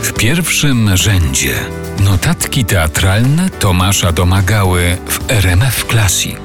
W pierwszym rzędzie. Notatki teatralne Tomasza Domagały w RMF Classic.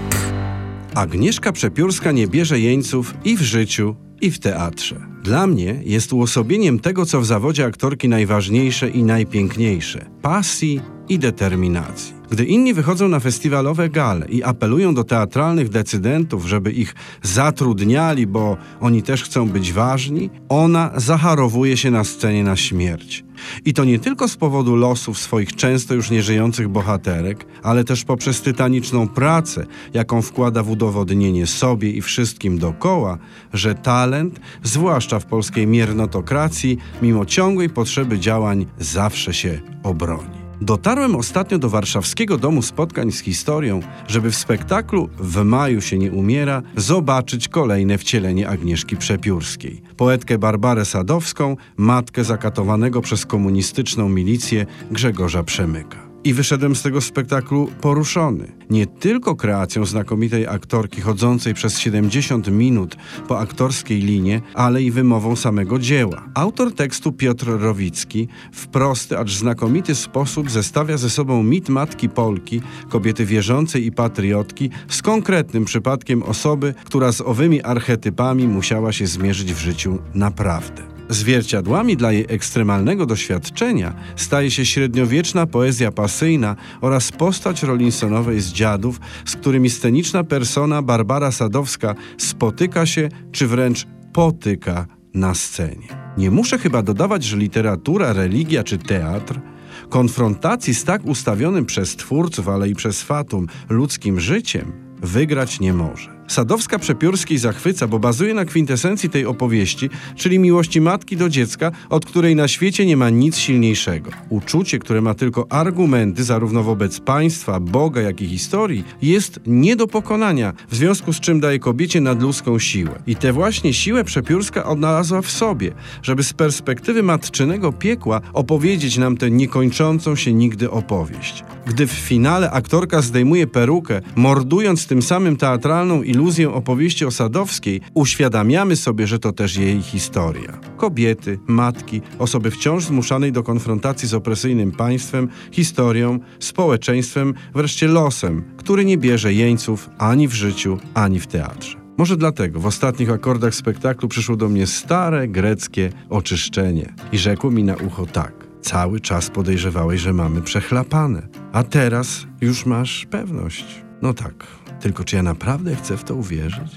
Agnieszka Przepiórska nie bierze jeńców i w życiu, i w teatrze. Dla mnie jest uosobieniem tego, co w zawodzie aktorki najważniejsze i najpiękniejsze – pasji i determinacji. Gdy inni wychodzą na festiwalowe gale i apelują do teatralnych decydentów, żeby ich zatrudniali, bo oni też chcą być ważni, ona zacharowuje się na scenie na śmierć. I to nie tylko z powodu losów swoich często już nieżyjących bohaterek, ale też poprzez tytaniczną pracę, jaką wkłada w udowodnienie sobie i wszystkim dokoła, że talent, zwłaszcza w polskiej miernotokracji, mimo ciągłej potrzeby działań, zawsze się obroni. Dotarłem ostatnio do warszawskiego Domu Spotkań z Historią, żeby w spektaklu W maju się nie umiera zobaczyć kolejne wcielenie Agnieszki Przepiórskiej. Poetkę Barbarę Sadowską, matkę zakatowanego przez komunistyczną milicję Grzegorza Przemyka. I wyszedłem z tego spektaklu poruszony. Nie tylko kreacją znakomitej aktorki chodzącej przez 70 minut po aktorskiej linie, ale i wymową samego dzieła. Autor tekstu Piotr Rowicki w prosty, acz znakomity sposób zestawia ze sobą mit matki Polki, kobiety wierzącej i patriotki, z konkretnym przypadkiem osoby, która z owymi archetypami musiała się zmierzyć w życiu naprawdę. Zwierciadłami dla jej ekstremalnego doświadczenia staje się średniowieczna poezja pasyjna oraz postać Rollinsonowej z Dziadów, z którymi sceniczna persona Barbara Sadowska spotyka się, czy wręcz potyka na scenie. Nie muszę chyba dodawać, że literatura, religia czy teatr konfrontacji z tak ustawionym przez twórców, ale i przez fatum ludzkim życiem wygrać nie może. Sadowska Przepiórskiej zachwyca, bo bazuje na kwintesencji tej opowieści, czyli miłości matki do dziecka, od której na świecie nie ma nic silniejszego. Uczucie, które ma tylko argumenty zarówno wobec państwa, Boga, jak i historii, jest nie do pokonania, w związku z czym daje kobiecie nadludzką siłę. I tę właśnie siłę Przepiórska odnalazła w sobie, żeby z perspektywy matczynego piekła opowiedzieć nam tę niekończącą się nigdy opowieść. Gdy w finale aktorka zdejmuje perukę, mordując tym samym teatralną iluzję opowieści o Sadowskiej, uświadamiamy sobie, że to też jej historia. Kobiety, matki, osoby wciąż zmuszanej do konfrontacji z opresyjnym państwem, historią, społeczeństwem, wreszcie losem, który nie bierze jeńców ani w życiu, ani w teatrze. Może dlatego w ostatnich akordach spektaklu przyszło do mnie stare, greckie oczyszczenie i rzekło mi na ucho tak. Cały czas podejrzewałeś, że mamy przechlapane, a teraz już masz pewność. No tak, tylko czy ja naprawdę chcę w to uwierzyć?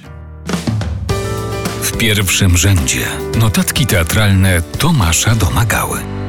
W pierwszym rzędzie. Notatki teatralne Tomasza Domagały.